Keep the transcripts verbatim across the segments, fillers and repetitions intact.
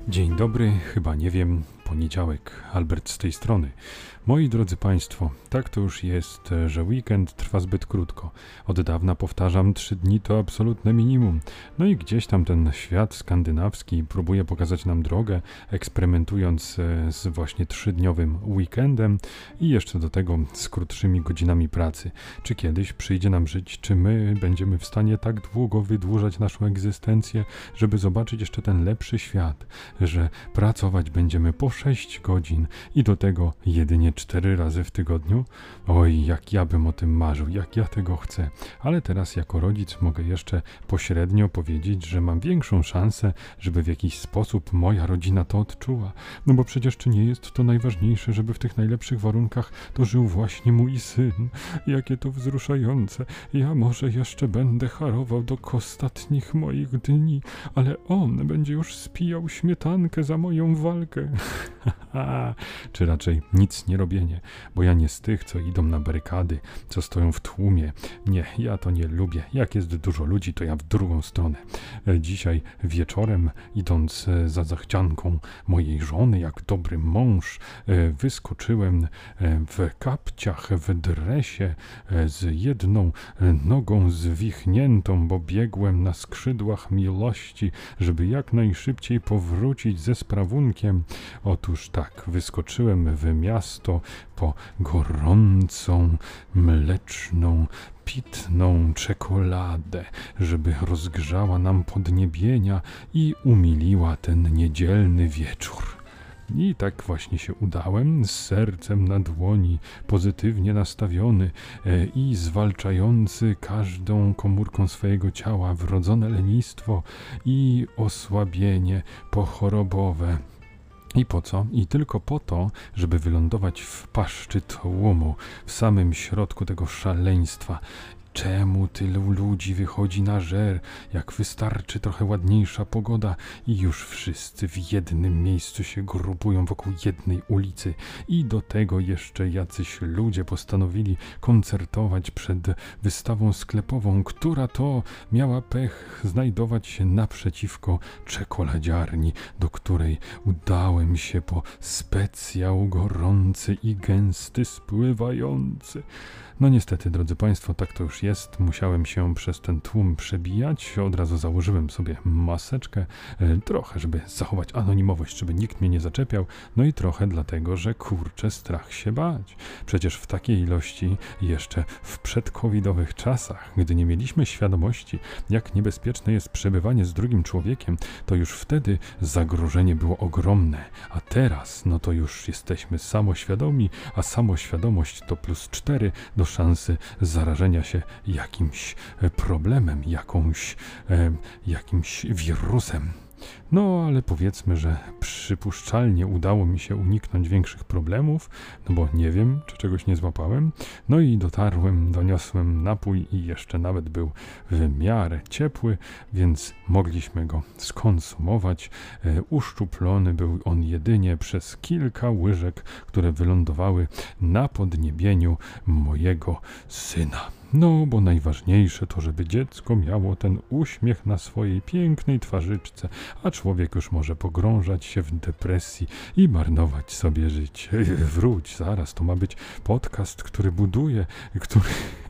Dzień dobry, chyba nie wiem, poniedziałek, Albert z tej strony. Moi drodzy Państwo, tak to już jest, że weekend trwa zbyt krótko. Od dawna powtarzam, trzy dni to absolutne minimum. No i gdzieś tam ten świat skandynawski próbuje pokazać nam drogę, eksperymentując z właśnie trzydniowym weekendem i jeszcze do tego z krótszymi godzinami pracy. Czy kiedyś przyjdzie nam żyć, czy my będziemy w stanie tak długo wydłużać naszą egzystencję, żeby zobaczyć jeszcze ten lepszy świat, że pracować będziemy po sześć godzin i do tego jedynie cztery razy w tygodniu? Oj, jak ja bym o tym marzył, jak ja tego chcę. Ale teraz jako rodzic mogę jeszcze pośrednio powiedzieć, że mam większą szansę, żeby w jakiś sposób moja rodzina to odczuła. No bo przecież czy nie jest to najważniejsze, żeby w tych najlepszych warunkach to żył właśnie mój syn? Jakie to wzruszające. Ja może jeszcze będę harował do ostatnich moich dni, ale on będzie już spijał śmietankę za moją walkę. Czy raczej nic nie robienie, bo ja nie z tych, co idą na barykady, co stoją w tłumie. Nie, ja to nie lubię. Jak jest dużo ludzi, to ja w drugą stronę. Dzisiaj wieczorem, idąc za zachcianką mojej żony, jak dobry mąż, wyskoczyłem w kapciach, w dresie, z jedną nogą zwichniętą, bo biegłem na skrzydłach miłości, żeby jak najszybciej powrócić ze sprawunkiem. Otóż tak, wyskoczyłem w miasto po gorącą, mleczną, pitną czekoladę, żeby rozgrzała nam podniebienia i umiliła ten niedzielny wieczór. I tak właśnie się udałem, z sercem na dłoni, pozytywnie nastawiony e, i zwalczający każdą komórką swojego ciała wrodzone lenistwo i osłabienie pochorobowe. I po co? I tylko po to, żeby wylądować w paszczy tłumu, w samym środku tego szaleństwa. Czemu tylu ludzi wychodzi na żer, jak wystarczy trochę ładniejsza pogoda i już wszyscy w jednym miejscu się grupują wokół jednej ulicy i do tego jeszcze jacyś ludzie postanowili koncertować przed wystawą sklepową, która to miała pech znajdować się naprzeciwko czekoladziarni, do której udałem się po specjał gorący i gęsty, spływający. No niestety, drodzy Państwo, tak to już jest. Musiałem się przez ten tłum przebijać. Od razu założyłem sobie maseczkę. E, trochę, żeby zachować anonimowość, żeby nikt mnie nie zaczepiał. No i trochę dlatego, że kurczę, strach się bać. Przecież w takiej ilości jeszcze w przedcovidowych czasach, gdy nie mieliśmy świadomości, jak niebezpieczne jest przebywanie z drugim człowiekiem, to już wtedy zagrożenie było ogromne. A teraz, no to już jesteśmy samoświadomi, a samoświadomość to plus cztery do szansy zarażenia się jakimś problemem, jakąś, e, jakimś wirusem. No, ale powiedzmy, że przypuszczalnie udało mi się uniknąć większych problemów, no bo nie wiem, czy czegoś nie złapałem. No i dotarłem, doniosłem napój i jeszcze nawet był w miarę ciepły, więc mogliśmy go skonsumować. E, uszczuplony był on jedynie przez kilka łyżek, które wylądowały na podniebieniu mojego syna. No, bo najważniejsze to, żeby dziecko miało ten uśmiech na swojej pięknej twarzyczce, a człowiek już może pogrążać się w depresji i marnować sobie życie. Wróć, zaraz, to ma być podcast, który buduje, który...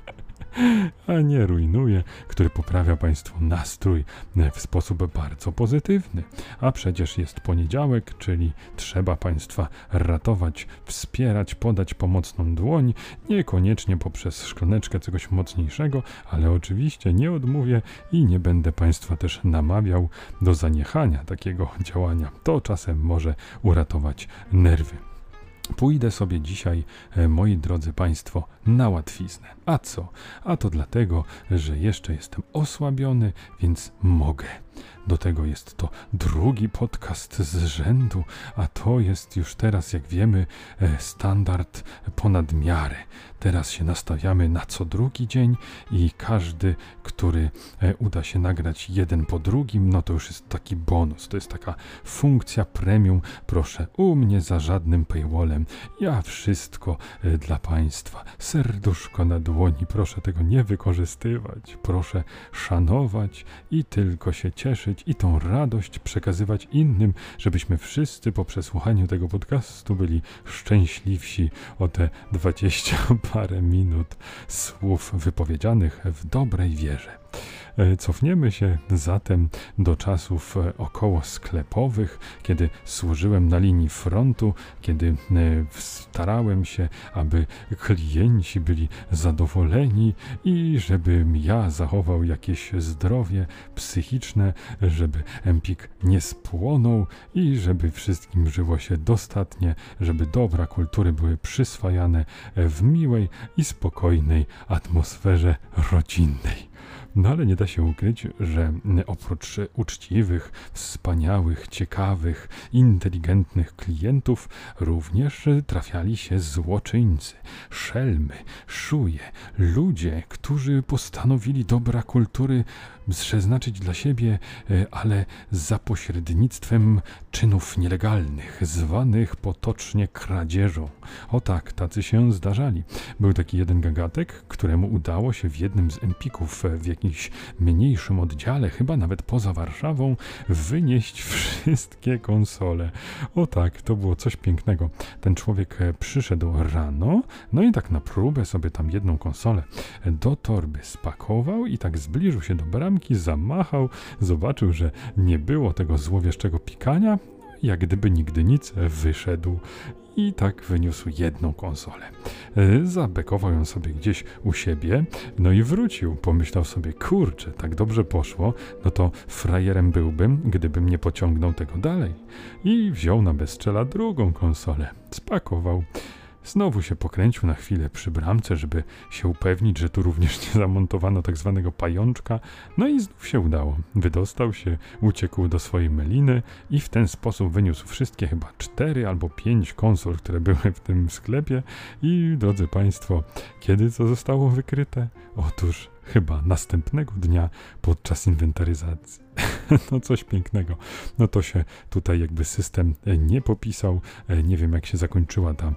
a nie rujnuje, który poprawia Państwu nastrój w sposób bardzo pozytywny. A przecież jest poniedziałek, czyli trzeba Państwa ratować, wspierać, podać pomocną dłoń, niekoniecznie poprzez szklaneczkę czegoś mocniejszego, ale oczywiście nie odmówię i nie będę Państwa też namawiał do zaniechania takiego działania. To czasem może uratować nerwy. Pójdę sobie dzisiaj, moi drodzy Państwo, na łatwiznę. A co? A to dlatego, że jeszcze jestem osłabiony, więc mogę. Do tego jest to drugi podcast z rzędu, a to jest już teraz, jak wiemy, standard ponad miarę. Teraz się nastawiamy na co drugi dzień i każdy, który uda się nagrać jeden po drugim, no to już jest taki bonus. To jest taka funkcja premium. Proszę, u mnie za żadnym paywallem. Ja wszystko dla Państwa. Serduszko na dłoni. Proszę tego nie wykorzystywać. Proszę szanować i tylko się cieszyć cieszyć i tą radość przekazywać innym, żebyśmy wszyscy po przesłuchaniu tego podcastu byli szczęśliwsi o te dwadzieścia parę minut słów wypowiedzianych w dobrej wierze. Cofniemy się zatem do czasów około sklepowych, kiedy służyłem na linii frontu, kiedy starałem się, aby klienci byli zadowoleni i żebym ja zachował jakieś zdrowie psychiczne, żeby Empik nie spłonął i żeby wszystkim żyło się dostatnie, żeby dobra kultury były przyswajane w miłej i spokojnej atmosferze rodzinnej. No ale nie da się ukryć, że oprócz uczciwych, wspaniałych, ciekawych, inteligentnych klientów również trafiali się złoczyńcy, szelmy, szuje, ludzie, którzy postanowili dobra kultury przeznaczyć dla siebie, ale za pośrednictwem czynów nielegalnych, zwanych potocznie kradzieżą. O tak, tacy się zdarzali. Był taki jeden gagatek, któremu udało się w jednym z empików w jakimś mniejszym oddziale, chyba nawet poza Warszawą, wynieść wszystkie konsole. O tak, to było coś pięknego. Ten człowiek przyszedł rano, no i tak na próbę sobie tam jedną konsolę do torby spakował i tak zbliżył się do bramki, zamachał, zobaczył, że nie było tego złowieszczego pikania, jak gdyby nigdy nic, wyszedł i tak wyniósł jedną konsolę. Zabekował ją sobie gdzieś u siebie, no i wrócił. Pomyślał sobie, kurczę, tak dobrze poszło, no to frajerem byłbym, gdybym nie pociągnął tego dalej. I wziął na bezczela drugą konsolę. Spakował. Znowu się pokręcił na chwilę przy bramce, żeby się upewnić, że tu również nie zamontowano tak zwanego pajączka. No i znów się udało. Wydostał się, uciekł do swojej meliny i w ten sposób wyniósł wszystkie chyba cztery albo pięć konsol, które były w tym sklepie. I drodzy Państwo, kiedy to zostało wykryte? Otóż chyba następnego dnia podczas inwentaryzacji. No coś pięknego. No to się tutaj jakby system nie popisał. Nie wiem, jak się zakończyła ta,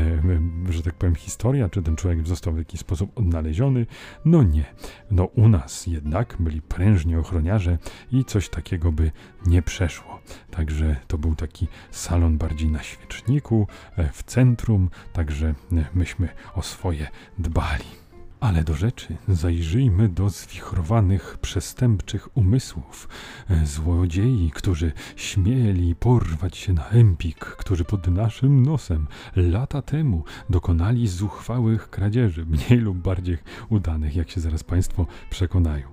że tak powiem, historia, czy ten człowiek został w jakiś sposób odnaleziony. No nie. No u nas jednak byli prężni ochroniarze i coś takiego by nie przeszło. Także to był taki salon bardziej na świeczniku, w centrum, także myśmy o swoje dbali. Ale do rzeczy zajrzyjmy do zwichrowanych, przestępczych umysłów. Złodziei, którzy śmieli porwać się na Empik, którzy pod naszym nosem lata temu dokonali zuchwałych kradzieży, mniej lub bardziej udanych, jak się zaraz Państwo przekonają.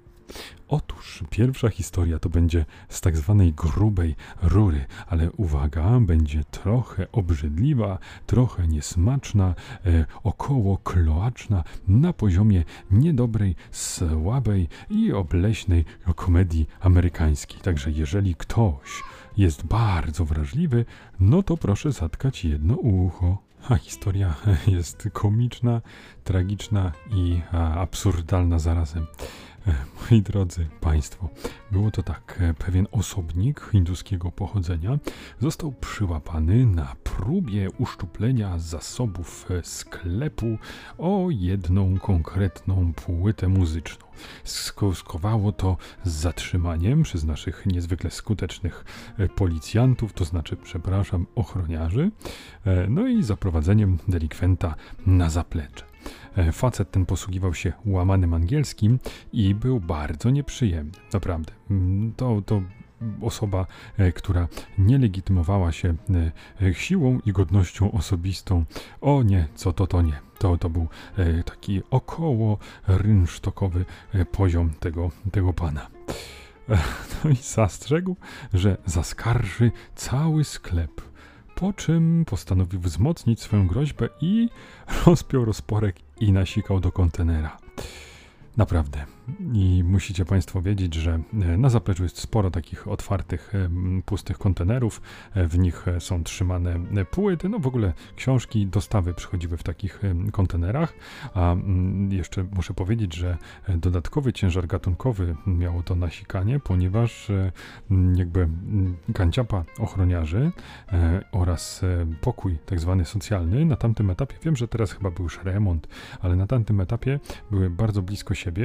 Otóż pierwsza historia to będzie z tak zwanej grubej rury, ale uwaga, będzie trochę obrzydliwa, trochę niesmaczna, e, około kloaczna, na poziomie niedobrej, słabej i obleśnej komedii amerykańskiej. Także jeżeli ktoś jest bardzo wrażliwy, no to proszę zatkać jedno ucho. A historia jest komiczna, tragiczna i a, absurdalna zarazem. Moi drodzy Państwo, było to tak, pewien osobnik hinduskiego pochodzenia został przyłapany na próbie uszczuplenia zasobów sklepu o jedną konkretną płytę muzyczną. Skutkowało to z zatrzymaniem przez naszych niezwykle skutecznych policjantów, to znaczy, przepraszam, ochroniarzy, no i zaprowadzeniem delikwenta na zaplecze. Facet ten posługiwał się łamanym angielskim i był bardzo nieprzyjemny. Naprawdę. To, to osoba, która nie legitymowała się siłą i godnością osobistą. O nie, co to, to nie. To, to był taki około rynsztokowy poziom tego, tego pana. No i zastrzegł, że zaskarży cały sklep. Po czym postanowił wzmocnić swoją groźbę i rozpiął rozporek i nasikał do kontenera. Naprawdę. I musicie Państwo wiedzieć, że na zapleczu jest sporo takich otwartych, pustych kontenerów. W nich są trzymane płyty, no w ogóle książki, dostawy przychodziły w takich kontenerach. A jeszcze muszę powiedzieć, że dodatkowy ciężar gatunkowy miało to nasikanie, ponieważ jakby kanciapa ochroniarzy oraz pokój tak zwany socjalny na tamtym etapie, wiem, że teraz chyba był już remont, ale na tamtym etapie były bardzo blisko siebie, naprzeciw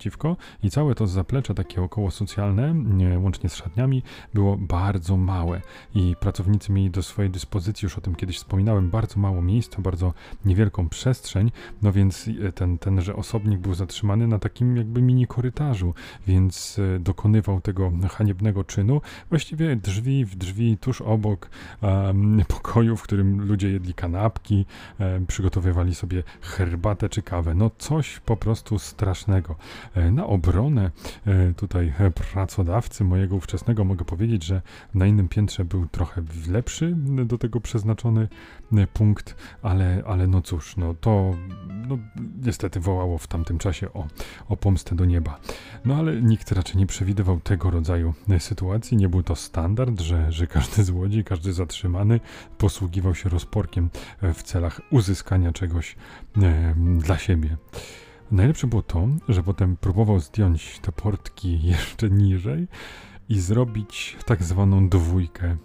naprzeciwko i całe to zaplecze takie około socjalne, łącznie z szatniami, było bardzo małe i pracownicy mieli do swojej dyspozycji, już o tym kiedyś wspominałem, bardzo mało miejsca, bardzo niewielką przestrzeń, no więc ten, tenże osobnik był zatrzymany na takim jakby mini korytarzu, więc dokonywał tego haniebnego czynu, właściwie drzwi w drzwi, tuż obok um, pokoju, w którym ludzie jedli kanapki, um, przygotowywali sobie herbatę czy kawę, no coś po prostu strasznego. E, na obronę e, tutaj pracodawcy mojego ówczesnego mogę powiedzieć, że na innym piętrze był trochę lepszy do tego przeznaczony punkt, ale, ale no cóż, no to no, niestety wołało w tamtym czasie o, o pomstę do nieba. No ale nikt raczej nie przewidywał tego rodzaju sytuacji, nie był to standard, że, że każdy złodziej, każdy zatrzymany posługiwał się rozporkiem w celach uzyskania czegoś e, dla siebie. Najlepsze było to, że potem próbował zdjąć te portki jeszcze niżej i zrobić tak zwaną dwójkę.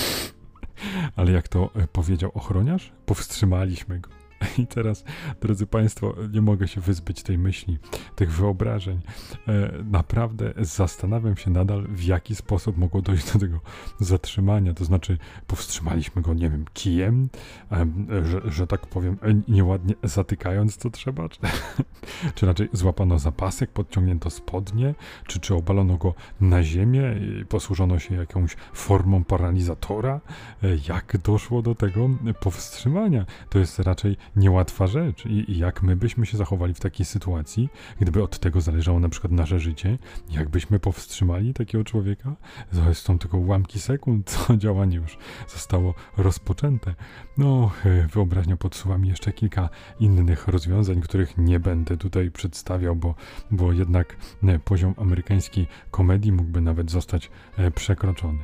Ale jak to powiedział ochroniarz, powstrzymaliśmy go. I teraz, drodzy Państwo, nie mogę się wyzbyć tej myśli, tych wyobrażeń. E, naprawdę zastanawiam się nadal, w jaki sposób mogło dojść do tego zatrzymania. To znaczy, powstrzymaliśmy go, nie wiem, kijem, e, że, że tak powiem, nieładnie zatykając co trzeba, czy, czy raczej złapano za pasek, podciągnięto spodnie, czy, czy obalono go na ziemię i posłużono się jakąś formą paralizatora. E, jak doszło do tego powstrzymania? To jest raczej niełatwa rzecz. I, I jak my byśmy się zachowali w takiej sytuacji, gdyby od tego zależało na przykład nasze życie, jakbyśmy powstrzymali takiego człowieka? To są tylko ułamki sekund, co działanie już zostało rozpoczęte. No, wyobraźnia podsuwa mi jeszcze kilka innych rozwiązań, których nie będę tutaj przedstawiał, bo, bo jednak poziom amerykańskiej komedii mógłby nawet zostać przekroczony.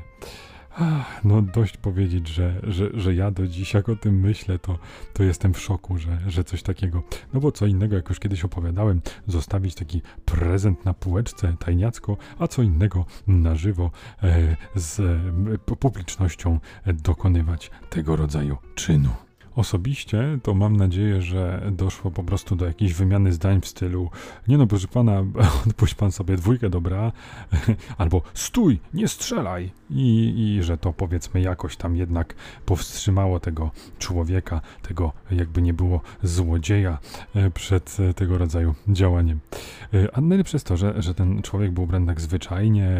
Ach, no dość powiedzieć, że, że, że ja do dziś jak o tym myślę, to, to jestem w szoku, że, że coś takiego, no bo co innego, jak już kiedyś opowiadałem, zostawić taki prezent na półeczce tajniacko, a co innego na żywo e, z e, publicznością e, dokonywać tego rodzaju czynu. Osobiście to mam nadzieję, że doszło po prostu do jakiejś wymiany zdań w stylu nie no proszę pana, odpuść pan sobie dwójkę, dobra, albo stój, nie strzelaj I, i że to powiedzmy jakoś tam jednak powstrzymało tego człowieka, tego jakby nie było złodzieja przed tego rodzaju działaniem. A najlepsze jest to, że, że ten człowiek był ubrany tak zwyczajnie,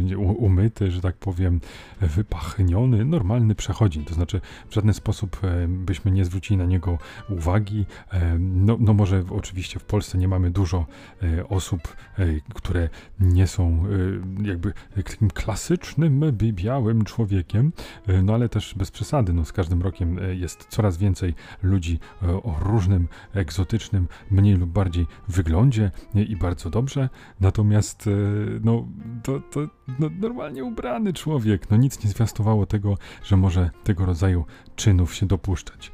umyty, że tak powiem, wypachniony, normalny przechodzień, to znaczy w żaden sposób byśmy nie zwrócili na niego uwagi. No, no może oczywiście w Polsce nie mamy dużo osób, które nie są jakby takim klasycznym, białym człowiekiem, no ale też bez przesady, no z każdym rokiem jest coraz więcej ludzi o różnym, egzotycznym, mniej lub bardziej wyglądzie i bardzo dobrze, natomiast no to, to no, normalnie ubrany człowiek, no nic nie zwiastowało tego, że może tego rodzaju czynów się dopuszczać.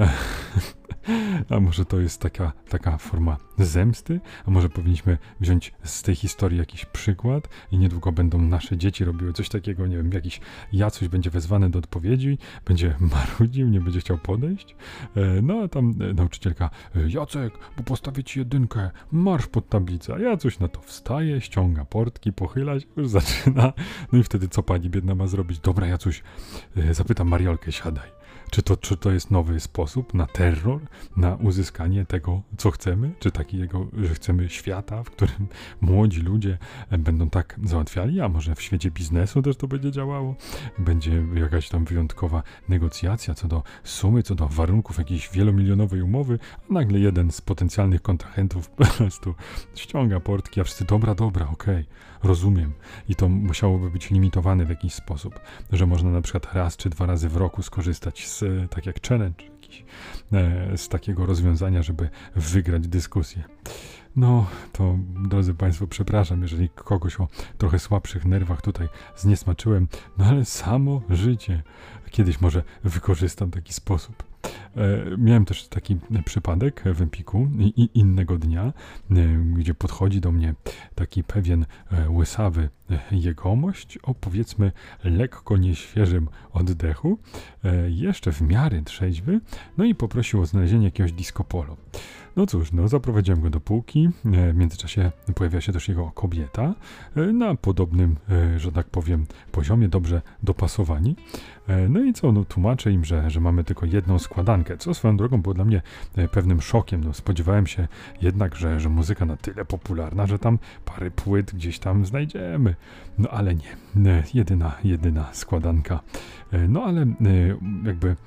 A może to jest taka, taka forma zemsty? A może powinniśmy wziąć z tej historii jakiś przykład i niedługo będą nasze dzieci robiły coś takiego, nie wiem, jakiś Jacuś będzie wezwany do odpowiedzi, będzie marudził, nie będzie chciał podejść. No a tam nauczycielka, Jacek, bo postawię ci jedynkę, marsz pod tablicę. A Jacuś na to wstaje, ściąga portki, pochyla się, już zaczyna. No i wtedy co pani biedna ma zrobić? Dobra, Jacuś, zapytam Mariolkę, siadaj. Czy to, czy to jest nowy sposób na terror, na uzyskanie tego, co chcemy? Czy takiego, że chcemy świata, w którym młodzi ludzie będą tak załatwiali? A może w świecie biznesu też to będzie działało? Będzie jakaś tam wyjątkowa negocjacja co do sumy, co do warunków jakiejś wielomilionowej umowy, a nagle jeden z potencjalnych kontrahentów po prostu ściąga portki, a wszyscy dobra, dobra, okej, okay, rozumiem. I to musiałoby być limitowane w jakiś sposób, że można na przykład raz czy dwa razy w roku skorzystać z, tak jak challenge jakiś, e, z takiego rozwiązania, żeby wygrać dyskusję. No, to drodzy Państwo, przepraszam, jeżeli kogoś o trochę słabszych nerwach tutaj zniesmaczyłem, no ale samo życie. Kiedyś może wykorzystam taki sposób. E, miałem też taki przypadek w Empiku i, i innego dnia, e, gdzie podchodzi do mnie taki pewien e, łysawy e, jegomość o powiedzmy lekko nieświeżym oddechu, e, jeszcze w miarę trzeźwy, no i poprosił o znalezienie jakiegoś disco polo. No cóż, no zaprowadziłem go do półki, w międzyczasie pojawia się też jego kobieta, na podobnym, że tak powiem, poziomie, dobrze dopasowani. No i co, no tłumaczę im, że, że mamy tylko jedną składankę, co swoją drogą było dla mnie pewnym szokiem. No, spodziewałem się jednak, że, że muzyka na tyle popularna, że tam parę płyt gdzieś tam znajdziemy. No ale nie, jedyna, jedyna składanka. No ale jakby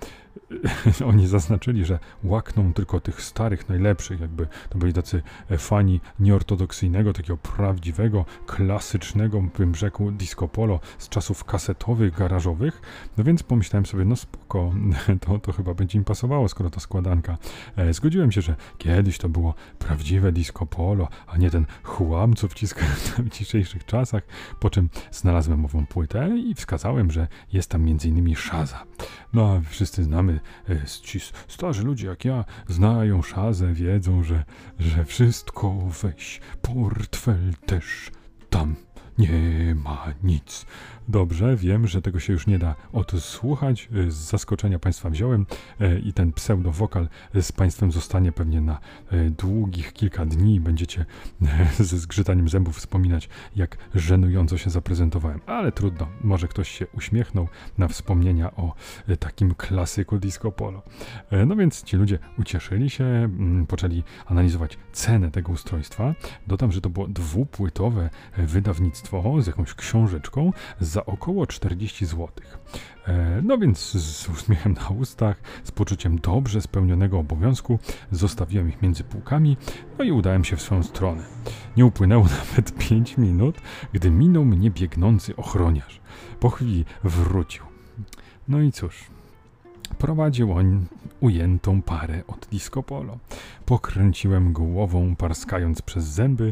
oni zaznaczyli, że łakną tylko tych starych, najlepszych, jakby to byli tacy fani nieortodoksyjnego, takiego prawdziwego, klasycznego, bym rzekł, disco polo z czasów kasetowych, garażowych. No więc pomyślałem sobie, no spoko, to, to chyba będzie im pasowało, skoro to składanka. E, zgodziłem się, że kiedyś to było prawdziwe disco polo, a nie ten chłam, co wciskałem w dzisiejszych czasach, po czym znalazłem ową płytę i wskazałem, że jest tam między innymi Shaza. No a wszyscy znamy, ci starzy ludzie jak ja znają Shazę, wiedzą, że, że wszystko weź, portfel też, tam nie ma nic. Dobrze, wiem, że tego się już nie da odsłuchać. Z zaskoczenia Państwa wziąłem i ten pseudowokal z Państwem zostanie pewnie na długich kilka dni. Będziecie ze zgrzytaniem zębów wspominać, jak żenująco się zaprezentowałem. Ale trudno, może ktoś się uśmiechnął na wspomnienia o takim klasyku disco polo. No więc ci ludzie ucieszyli się, poczęli analizować cenę tego ustrojstwa. Dodam, że to było dwupłytowe wydawnictwo z jakąś książeczką za około czterdzieści złotych. E, no więc z uśmiechem na ustach, z poczuciem dobrze spełnionego obowiązku zostawiłem ich między półkami, no i udałem się w swoją stronę. Nie upłynęło nawet pięć minut, gdy minął mnie biegnący ochroniarz. Po chwili wrócił. No i cóż, prowadził on ujętą parę od disco polo. Pokręciłem głową, parskając przez zęby.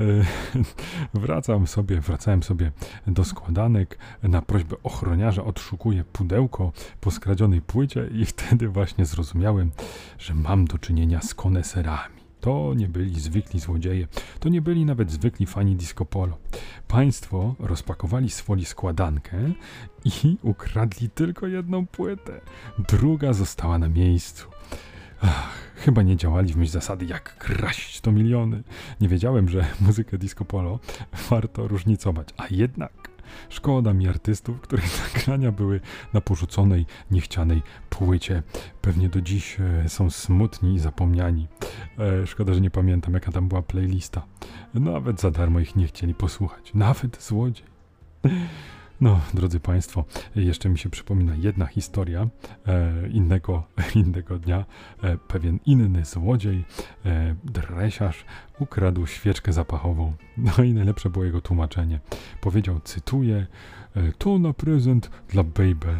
Wracam sobie, wracałem sobie do składanek. Na prośbę ochroniarza odszukuję pudełko po skradzionej płycie i wtedy właśnie zrozumiałem, że mam do czynienia z koneserami. To nie byli zwykli złodzieje, to nie byli nawet zwykli fani disco polo. Państwo rozpakowali z folii składankę i ukradli tylko jedną płytę. Druga została na miejscu. Ach, chyba nie działali w myśl zasady, jak kraść to miliony. Nie wiedziałem, że muzykę disco polo warto różnicować, a jednak szkoda mi artystów, których nagrania były na porzuconej, niechcianej płycie. Pewnie do dziś e, są smutni i zapomniani. E, szkoda, że nie pamiętam, jaka tam była playlista. Nawet za darmo ich nie chcieli posłuchać. Nawet złodziej. No, drodzy Państwo, jeszcze mi się przypomina jedna historia e, innego, innego dnia. E, pewien inny złodziej, e, dresiarz, ukradł świeczkę zapachową. No i najlepsze było jego tłumaczenie. Powiedział, cytuję, e, to na prezent dla baby.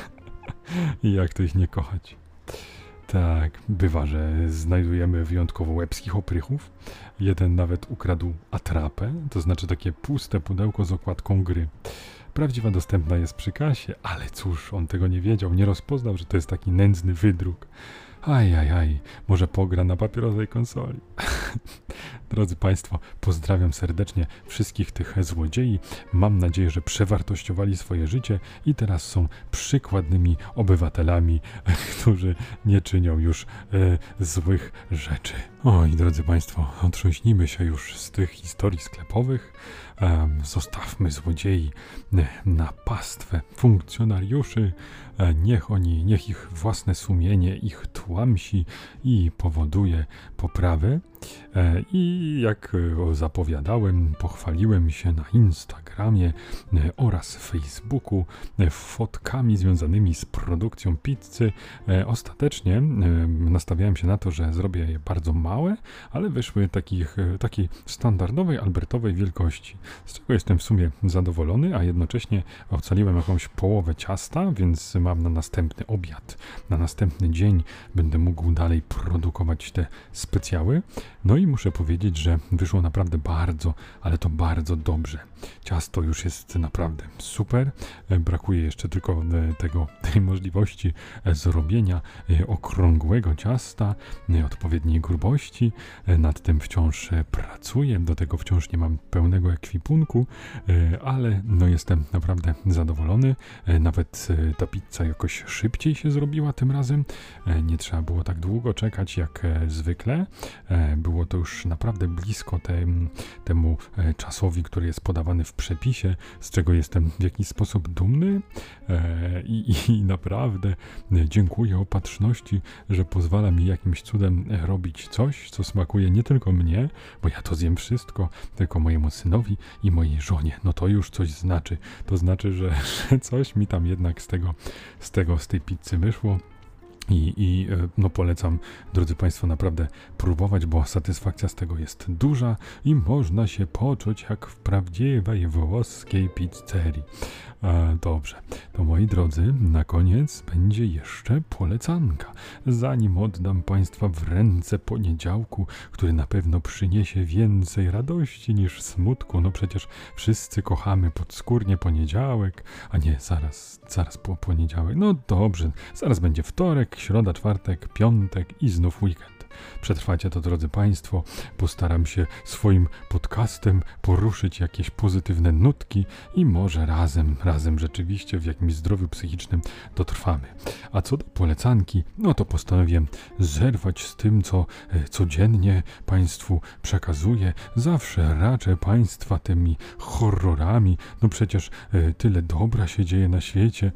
I jak to ich nie kochać. Tak, bywa, że znajdujemy wyjątkowo łebskich oprychów. Jeden nawet ukradł atrapę, to znaczy takie puste pudełko z okładką gry. Prawdziwa dostępna jest przy kasie, ale cóż, on tego nie wiedział, nie rozpoznał, że to jest taki nędzny wydruk. Aj, aj, aj, może pogra na papierowej konsoli. Drodzy Państwo, pozdrawiam serdecznie wszystkich tych złodziei. Mam nadzieję, że przewartościowali swoje życie i teraz są przykładnymi obywatelami, którzy nie czynią już e, złych rzeczy. Oj, drodzy Państwo, otrząśnijmy się już z tych historii sklepowych. E, zostawmy złodziei na pastwę funkcjonariuszy. E, niech oni, niech ich własne sumienie ich tłamsi i powoduje poprawę. E, I jak e, zapowiadałem, pochwaliłem się na Instagramie e, oraz Facebooku e, fotkami związanymi z produkcją pizzy. E, ostatecznie e, nastawiałem się na to, że zrobię je bardzo małe, ale wyszły takich, e, takiej standardowej, albertowej wielkości, z czego jestem w sumie zadowolony, a jednocześnie ocaliłem jakąś połowę ciasta, więc mam na następny obiad, na następny dzień będę mógł dalej produkować te specjały. No i muszę powiedzieć, że wyszło naprawdę bardzo, ale to bardzo dobrze. Ciasto już jest naprawdę super. Brakuje jeszcze tylko tego, tej możliwości zrobienia okrągłego ciasta, odpowiedniej grubości. Nad tym wciąż pracuję, do tego wciąż nie mam pełnego ekwipunku, ale no jestem naprawdę zadowolony. Nawet ta pizza jakoś szybciej się zrobiła tym razem. Nie trzeba było tak długo czekać jak zwykle. Było to już naprawdę blisko tem, temu czasowi, który jest podawany w przepisie, z czego jestem w jakiś sposób dumny i, i naprawdę dziękuję opatrzności, że pozwala mi jakimś cudem robić coś, co smakuje nie tylko mnie, bo ja to zjem wszystko, tylko mojemu synowi i mojej żonie. No to już coś znaczy. To znaczy, że, że coś mi tam jednak z tego, z tego, z tej pizzy wyszło. I, I no polecam, drodzy Państwo, naprawdę próbować, bo satysfakcja z tego jest duża i można się poczuć jak w prawdziwej włoskiej pizzerii. E, dobrze, to moi drodzy, na koniec będzie jeszcze polecanka. Zanim oddam Państwa w ręce poniedziałku, który na pewno przyniesie więcej radości niż smutku. No przecież wszyscy kochamy podskórnie poniedziałek, a nie zaraz, zaraz po poniedziałek. No dobrze, zaraz będzie wtorek, środa, czwartek, piątek i znów weekend. Przetrwacie to, drodzy Państwo. Postaram się swoim podcastem poruszyć jakieś pozytywne nutki i może razem, razem rzeczywiście w jakimś zdrowiu psychicznym dotrwamy. A co do polecanki, no to postanowiłem zerwać z tym, co e, codziennie Państwu przekazuję. Zawsze raczę Państwa tymi horrorami. No przecież e, tyle dobra się dzieje na świecie.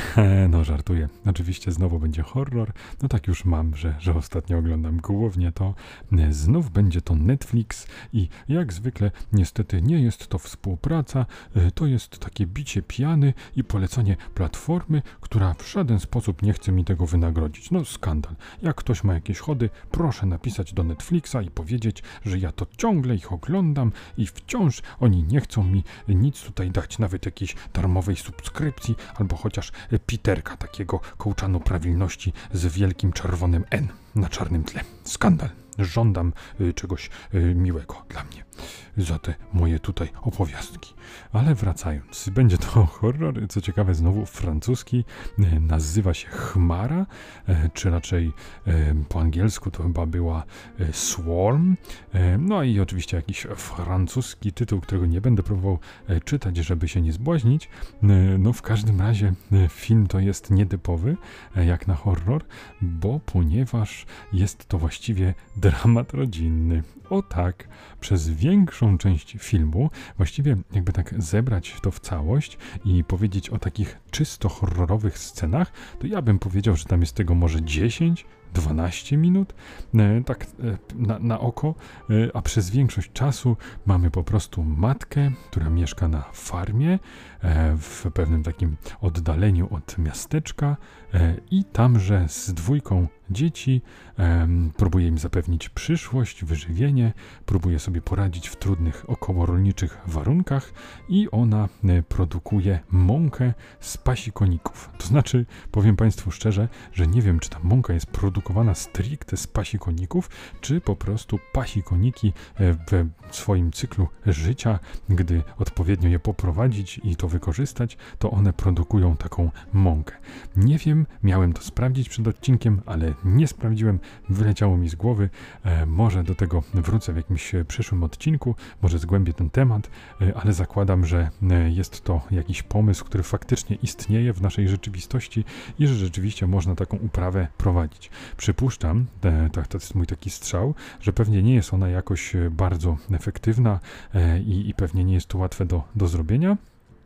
No żartuję. Oczywiście znowu będzie horror. No tak już mam, że, że ostatnio oglądam głównie to. Znów będzie to Netflix i jak zwykle niestety nie jest to współpraca, to jest takie bicie piany i polecenie platformy, która w żaden sposób nie chce mi tego wynagrodzić. No skandal. Jak ktoś ma jakieś chody, proszę napisać do Netflixa i powiedzieć, że ja to ciągle ich oglądam i wciąż oni nie chcą mi nic tutaj dać, nawet jakiejś darmowej subskrypcji albo chociaż piterka takiego kołczanu prawilności z wielkim czerwonym N na czarnym tle. Skandal. Żądam y, czegoś y, miłego dla mnie za te moje tutaj opowiastki. Ale wracając, będzie to horror, co ciekawe znowu francuski, y, nazywa się Chmara, y, czy raczej y, po angielsku to chyba była y, Swarm, y, no i oczywiście jakiś francuski tytuł, którego nie będę próbował y, czytać, żeby się nie zbłaźnić. Y, no w każdym razie y, film to jest nietypowy, y, jak na horror, bo ponieważ jest to właściwie dramat rodzinny. O tak, przez większą część filmu, właściwie jakby tak zebrać to w całość i powiedzieć o takich czysto horrorowych scenach, to ja bym powiedział, że tam jest tego może dziesięć, dwanaście minut, e, tak e, na, na oko, e, a przez większość czasu mamy po prostu matkę, która mieszka na farmie, e, w pewnym takim oddaleniu od miasteczka e, i tamże z dwójką dzieci e, próbuje im zapewnić przyszłość, wyżywienie, próbuje sobie poradzić w trudnych okołorolniczych warunkach i ona e, produkuje mąkę z pasikoników. To znaczy, powiem Państwu szczerze, że nie wiem, czy ta mąka jest produkowana stricte z pasikoników, czy po prostu pasikoniki w swoim cyklu życia, gdy odpowiednio je poprowadzić i to wykorzystać, to one produkują taką mąkę. Nie wiem, miałem to sprawdzić przed odcinkiem, ale nie sprawdziłem, wyleciało mi z głowy. E, może do tego wrócę w jakimś przyszłym odcinku, może zgłębię ten temat, e, ale zakładam, że e, jest to jakiś pomysł, który faktycznie istnieje w naszej rzeczywistości i że rzeczywiście można taką uprawę prowadzić. Przypuszczam, e, tak, to jest mój taki strzał, że pewnie nie jest ona jakoś bardzo efektywna e, i, i pewnie nie jest to łatwe do, do zrobienia.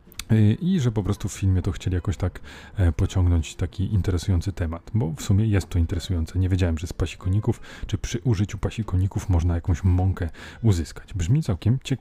I że po prostu w filmie to chcieli jakoś tak e, pociągnąć taki interesujący temat, bo w sumie jest to interesujące. Nie wiedziałem, że z pasikoników, czy przy użyciu pasikoników można jakąś mąkę uzyskać. Brzmi całkiem ciekawie.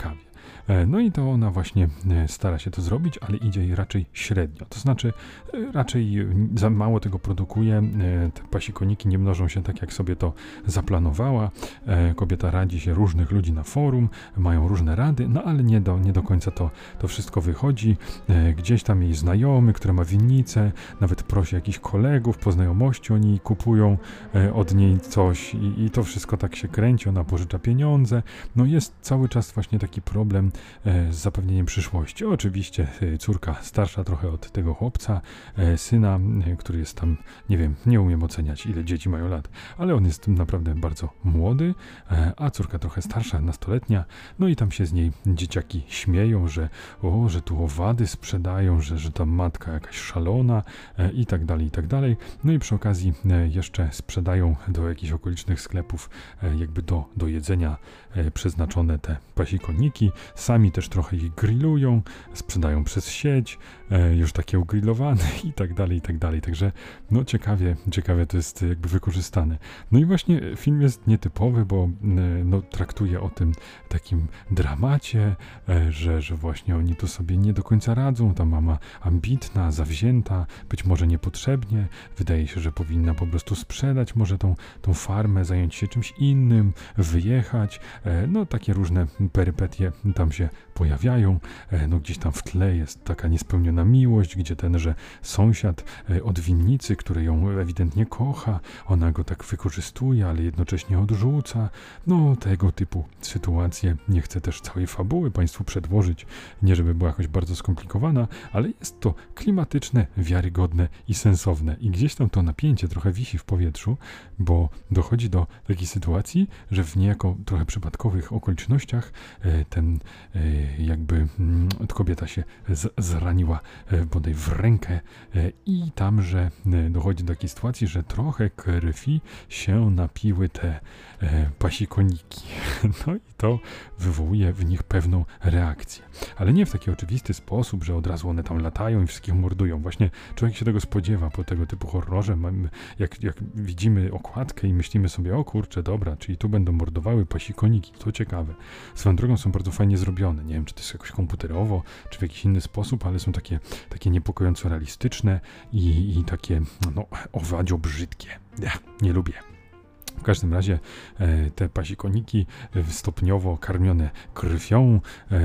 E, no i to ona właśnie e, stara się to zrobić, ale idzie jej raczej średnio. To znaczy e, raczej za mało tego produkuje, e, te pasikoniki nie mnożą się tak, jak sobie to zaplanowała. E, kobieta radzi się różnych ludzi na forum, mają różne rady, no ale nie do, nie do końca to, to wszystko wychodzi. E, gdzieś tam jej znajomy, który ma winnicę, nawet prosi jakichś kolegów, po znajomości oni kupują e, od niej coś i, i to wszystko tak się kręci, ona pożycza pieniądze. No jest cały czas właśnie taki problem e, z zapewnieniem przyszłości. Oczywiście e, córka starsza trochę od tego chłopca, e, syna, e, który jest tam, nie wiem, nie umiem oceniać, ile dzieci mają lat, ale on jest naprawdę bardzo młody, e, a córka trochę starsza, nastoletnia, no i tam się z niej dzieciaki śmieją, że o, że tu owady sprzedają, że, że ta matka jakaś szalona e, i tak dalej, i tak dalej. No i przy okazji e, jeszcze sprzedają do jakichś okolicznych sklepów e, jakby do, do jedzenia e, przeznaczone te pasikoniki. Sami też trochę ich grillują, sprzedają przez sieć, e, już takie ugrillowane i tak dalej, i tak dalej. Także no ciekawie, ciekawie to jest jakby wykorzystane. No i właśnie film jest nietypowy, bo e, no, traktuje o tym takim dramacie, e, że, że właśnie oni tu sobie nie do końca radzą, ta mama ambitna, zawzięta, być może niepotrzebnie, wydaje się, że powinna po prostu sprzedać może tą, tą farmę, zająć się czymś innym, wyjechać, e, no takie różne perypetie tam się pojawiają, e, no gdzieś tam w tle jest taka niespełniona miłość, gdzie tenże sąsiad e, od winnicy, który ją ewidentnie kocha, ona go tak wykorzystuje, ale jednocześnie odrzuca, no tego typu sytuacje. Nie chcę też całej fabuły Państwu przedłożyć, nie żeby była jakoś bardzo skomplikowana, ale jest to klimatyczne, wiarygodne i sensowne i gdzieś tam to napięcie trochę wisi w powietrzu, bo dochodzi do takiej sytuacji, że w niejako trochę przypadkowych okolicznościach e, ten e, jakby mm, kobieta się z, zraniła e, bodaj w rękę e, i tamże e, dochodzi do takiej sytuacji, że trochę krwi się napiły te e, pasikoniki. No i to wywołuje w nich pewną reakcję. Ale nie w taki oczywisty sposób, że od razu one tam latają i wszystkich mordują. Właśnie człowiek się tego spodziewa po tego typu horrorze. Jak, jak widzimy okładkę i myślimy sobie, o kurczę, dobra, czyli tu będą mordowały pasikoniki. To ciekawe. Swoją drogą są bardzo fajnie zrobione. Nie wiem, czy to jest jakoś komputerowo, czy w jakiś inny sposób, ale są takie, takie niepokojąco realistyczne i, i takie, no, owadzio brzydkie. Ja, nie lubię. W każdym razie e, te pasikoniki stopniowo karmione krwią, e,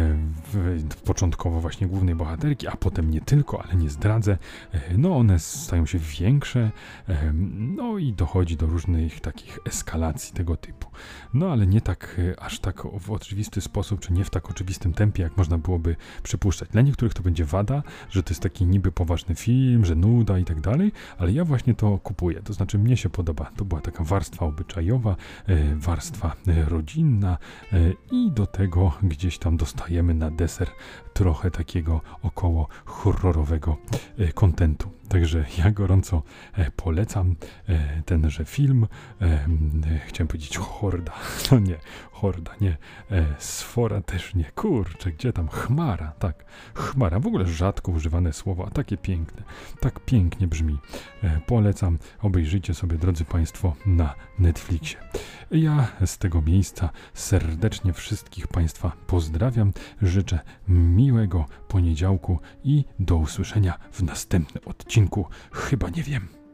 w, początkowo właśnie głównej bohaterki, a potem nie tylko, ale nie zdradzę, e, no one stają się większe, e, no i dochodzi do różnych takich eskalacji tego typu. No ale nie tak, e, aż tak w oczywisty sposób, czy nie w tak oczywistym tempie, jak można byłoby przypuszczać. Dla niektórych to będzie wada, że to jest taki niby poważny film, że nuda i tak dalej, ale ja właśnie to kupuję, to znaczy mnie się podoba. To była taka warstwa obyczajowa, e, warstwa e, rodzinna e, i do tego gdzieś tam dostajemy na deser trochę takiego około horrorowego e, kontentu. Także ja gorąco e, polecam e, tenże film. E, e, chciałem powiedzieć horda. No nie, horda, nie. E, sfora też nie. Kurczę, gdzie tam? Chmara, tak. Chmara. W ogóle rzadko używane słowo, a takie piękne. Tak pięknie brzmi. E, polecam. Obejrzyjcie sobie, drodzy Państwo, na Netflixie. Ja z tego miejsca serdecznie wszystkich Państwa pozdrawiam. Życzę miłego poniedziałku i do usłyszenia w następnym odcinku. Chyba nie wiem.